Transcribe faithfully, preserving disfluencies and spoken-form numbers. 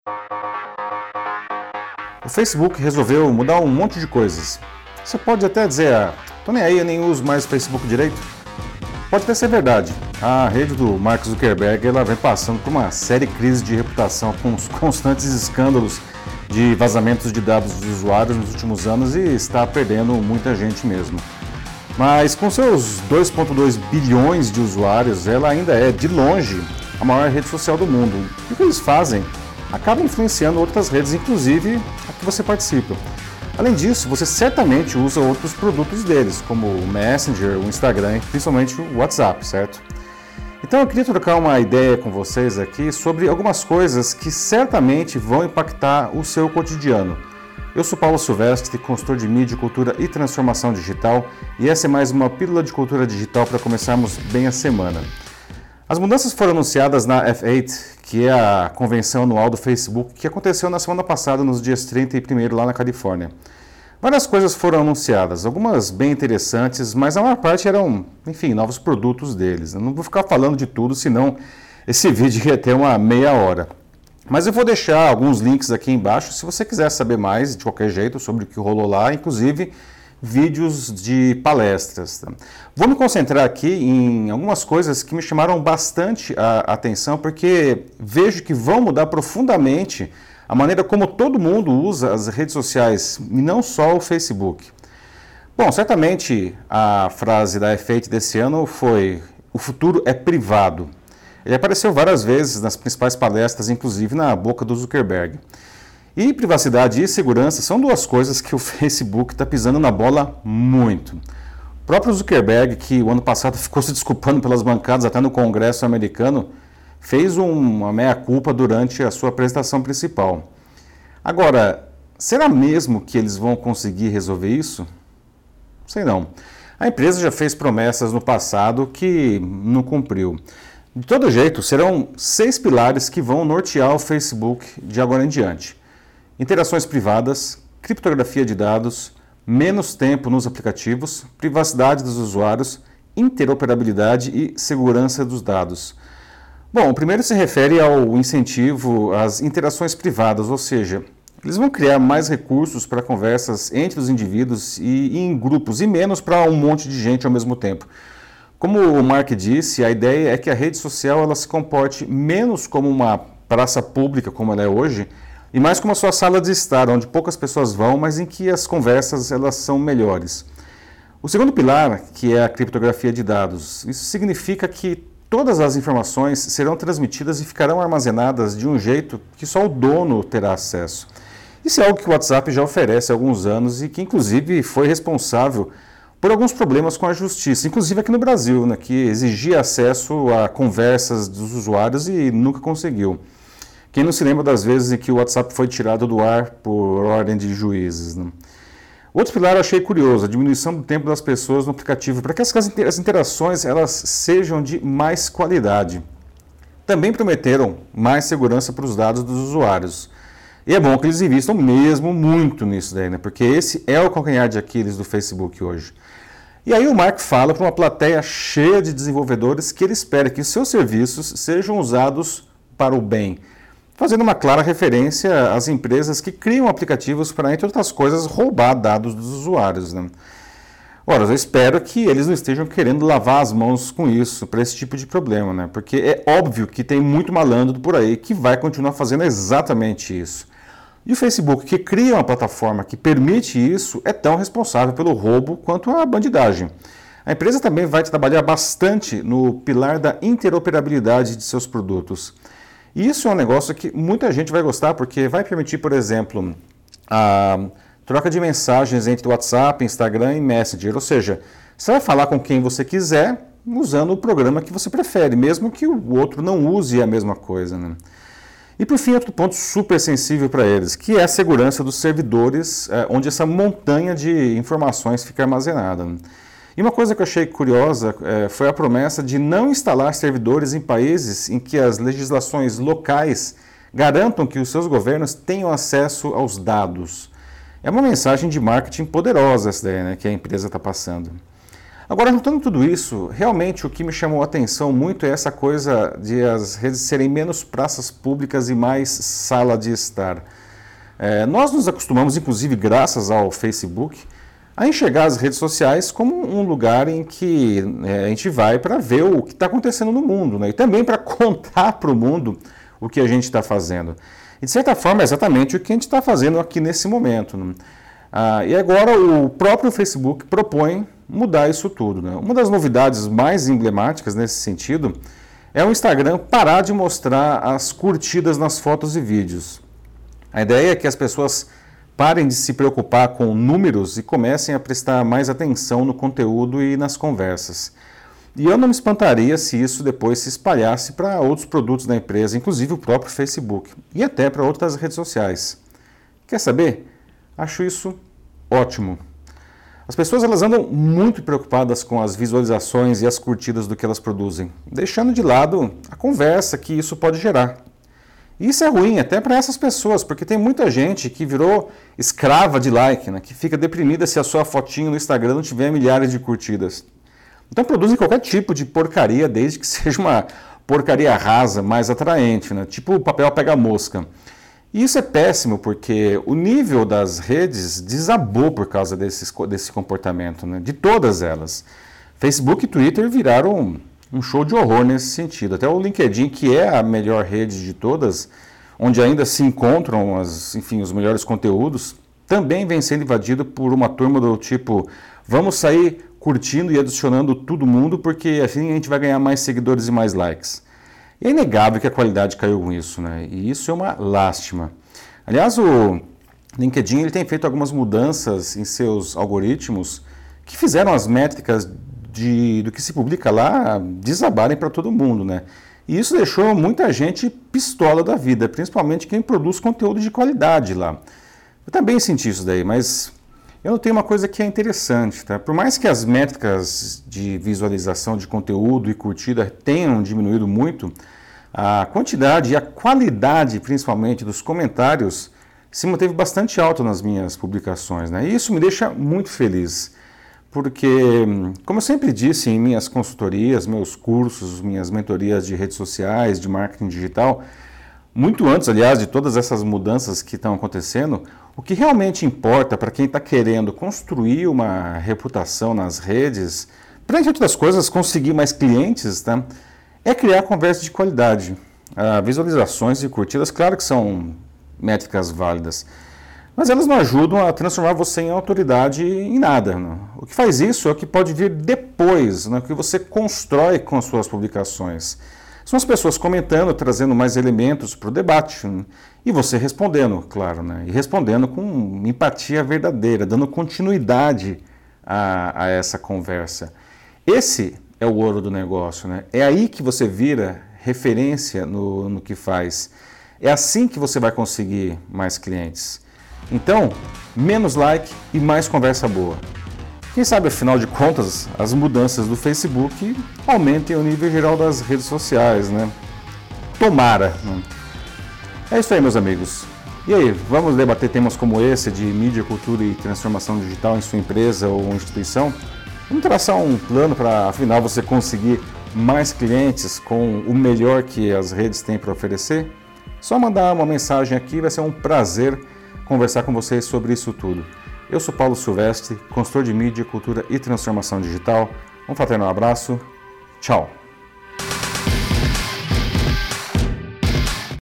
O Facebook resolveu mudar um monte de coisas. Você pode até dizer, ah, tô nem aí, eu nem uso mais o Facebook direito. Pode até ser verdade. A rede do Mark Zuckerberg ela vem passando por uma séria crise de reputação com os constantes escândalos de vazamentos de dados dos usuários nos últimos anos e está perdendo muita gente mesmo. Mas com seus dois vírgula dois bilhões de usuários, ela ainda é, de longe, a maior rede social do mundo. E o que eles fazem acaba influenciando outras redes, inclusive a que você participa. Além disso, você certamente usa outros produtos deles, como o Messenger, o Instagram e principalmente o WhatsApp, certo? Então eu queria trocar uma ideia com vocês aqui sobre algumas coisas que certamente vão impactar o seu cotidiano. Eu sou Paulo Silvestre, consultor de mídia, cultura e transformação digital, e essa é mais uma pílula de cultura digital para começarmos bem a semana. As mudanças foram anunciadas na F oito, que é a convenção anual do Facebook, que aconteceu na semana passada, nos dias trinta e primeiro, lá na Califórnia. Várias coisas foram anunciadas, algumas bem interessantes, mas a maior parte eram, enfim, novos produtos deles. Eu não vou ficar falando de tudo, senão esse vídeo ia ter uma meia hora. Mas eu vou deixar alguns links aqui embaixo, se você quiser saber mais, de qualquer jeito, sobre o que rolou lá, inclusive vídeos de palestras. Vou me concentrar aqui em algumas coisas que me chamaram bastante a atenção, porque vejo que vão mudar profundamente a maneira como todo mundo usa as redes sociais, e não só o Facebook. Bom, certamente a frase da F oito desse ano foi: o futuro é privado. Ele apareceu várias vezes nas principais palestras, inclusive na boca do Zuckerberg. E privacidade e segurança são duas coisas que o Facebook está pisando na bola muito. O próprio Zuckerberg, que o ano passado ficou se desculpando pelas bancadas até no Congresso americano, fez uma meia-culpa durante a sua apresentação principal. Agora, será mesmo que eles vão conseguir resolver isso? Sei não. A empresa já fez promessas no passado que não cumpriu. De todo jeito, serão seis pilares que vão nortear o Facebook de agora em diante: interações privadas, criptografia de dados, menos tempo nos aplicativos, privacidade dos usuários, interoperabilidade e segurança dos dados. Bom, o primeiro se refere ao incentivo às interações privadas, ou seja, eles vão criar mais recursos para conversas entre os indivíduos e, e em grupos, e menos para um monte de gente ao mesmo tempo. Como o Mark disse, a ideia é que a rede social ela se comporte menos como uma praça pública, como ela é hoje, e mais como a sua sala de estar, onde poucas pessoas vão, mas em que as conversas elas são melhores. O segundo pilar, que é a criptografia de dados, isso significa que todas as informações serão transmitidas e ficarão armazenadas de um jeito que só o dono terá acesso. Isso é algo que o WhatsApp já oferece há alguns anos e que inclusive foi responsável por alguns problemas com a justiça, inclusive aqui no Brasil, né, que exigia acesso a conversas dos usuários e nunca conseguiu. Quem não se lembra das vezes em que o WhatsApp foi tirado do ar por ordem de juízes, né? Outro pilar eu achei curioso, a diminuição do tempo das pessoas no aplicativo, para que as interações elas sejam de mais qualidade. Também prometeram mais segurança para os dados dos usuários. E é bom que eles investam mesmo muito nisso daí, né? Porque esse é o calcanhar de Aquiles do Facebook hoje. E aí o Mark fala para uma plateia cheia de desenvolvedores que ele espera que seus serviços sejam usados para o bem, fazendo uma clara referência às empresas que criam aplicativos para, entre outras coisas, roubar dados dos usuários, né? Ora, eu espero que eles não estejam querendo lavar as mãos com isso, para esse tipo de problema, né? Porque é óbvio que tem muito malandro por aí que vai continuar fazendo exatamente isso. E o Facebook, que cria uma plataforma que permite isso, é tão responsável pelo roubo quanto a bandidagem. A empresa também vai trabalhar bastante no pilar da interoperabilidade de seus produtos. E isso é um negócio que muita gente vai gostar, porque vai permitir, por exemplo, a troca de mensagens entre WhatsApp, Instagram e Messenger. Ou seja, você vai falar com quem você quiser usando o programa que você prefere, mesmo que o outro não use a mesma coisa, né? E por fim, outro ponto super sensível para eles, que é a segurança dos servidores, onde essa montanha de informações fica armazenada. E uma coisa que eu achei curiosa foi a promessa de não instalar servidores em países em que as legislações locais garantam que os seus governos tenham acesso aos dados. É uma mensagem de marketing poderosa essa daí, né, que a empresa está passando. Agora, juntando tudo isso, realmente o que me chamou a atenção muito é essa coisa de as redes serem menos praças públicas e mais sala de estar. É, nós nos acostumamos, inclusive graças ao Facebook, a enxergar as redes sociais como um lugar em que é, a gente vai para ver o que está acontecendo no mundo, né? E também para contar para o mundo o que a gente está fazendo. E de certa forma é exatamente o que a gente está fazendo aqui nesse momento, né? Ah, e agora o próprio Facebook propõe mudar isso tudo, né? Uma das novidades mais emblemáticas nesse sentido é o Instagram parar de mostrar as curtidas nas fotos e vídeos. A ideia é que as pessoas parem de se preocupar com números e comecem a prestar mais atenção no conteúdo e nas conversas. E eu não me espantaria se isso depois se espalhasse para outros produtos da empresa, inclusive o próprio Facebook, e até para outras redes sociais. Quer saber? Acho isso ótimo. As pessoas elas andam muito preocupadas com as visualizações e as curtidas do que elas produzem, deixando de lado a conversa que isso pode gerar. E isso é ruim até para essas pessoas, porque tem muita gente que virou escrava de like, né, que fica deprimida se a sua fotinho no Instagram não tiver milhares de curtidas. Então produzem qualquer tipo de porcaria, desde que seja uma porcaria rasa, mais atraente, né, tipo o papel pega mosca. E isso é péssimo, porque o nível das redes desabou por causa desse, desse comportamento, né, de todas elas. Facebook e Twitter viraram um show de horror nesse sentido. Até o LinkedIn, que é a melhor rede de todas, onde ainda se encontram as, enfim, os melhores conteúdos, também vem sendo invadido por uma turma do tipo, vamos sair curtindo e adicionando todo mundo, porque assim a gente vai ganhar mais seguidores e mais likes. E é inegável que a qualidade caiu com isso, né? E isso é uma lástima. Aliás, o LinkedIn ele tem feito algumas mudanças em seus algoritmos que fizeram as métricas de, do que se publica lá desabarem para todo mundo, né? E isso deixou muita gente pistola da vida, principalmente quem produz conteúdo de qualidade lá. Eu também senti isso daí, mas eu notei uma coisa que é interessante, tá? Por mais que as métricas de visualização de conteúdo e curtida tenham diminuído muito, a quantidade e a qualidade, principalmente, dos comentários se manteve bastante alta nas minhas publicações, né? E isso me deixa muito feliz, porque, como eu sempre disse em minhas consultorias, meus cursos, minhas mentorias de redes sociais, de marketing digital, muito antes, aliás, de todas essas mudanças que estão acontecendo, o que realmente importa para quem está querendo construir uma reputação nas redes, para, entre outras coisas, conseguir mais clientes, tá? É criar conversa de qualidade. Ah, visualizações e curtidas, claro que são métricas válidas, mas elas não ajudam a transformar você em autoridade em nada, né? O que faz isso é o que pode vir depois, né? O que você constrói com as suas publicações. São as pessoas comentando, trazendo mais elementos para o debate, né? E você respondendo, claro, né? E respondendo com empatia verdadeira, dando continuidade a, a essa conversa. Esse é o ouro do negócio, né? É aí que você vira referência no, no que faz. É assim que você vai conseguir mais clientes. Então, menos like e mais conversa boa. Quem sabe, afinal de contas, as mudanças do Facebook aumentem o nível geral das redes sociais, né? Tomara, né? É isso aí, meus amigos. E aí, vamos debater temas como esse de mídia, cultura e transformação digital em sua empresa ou instituição? Vamos traçar um plano para, afinal, você conseguir mais clientes com o melhor que as redes têm para oferecer? Só mandar uma mensagem aqui, vai ser um prazer conversar com vocês sobre isso tudo. Eu sou Paulo Silvestre, consultor de mídia, cultura e transformação digital. Um fraternal abraço. Tchau.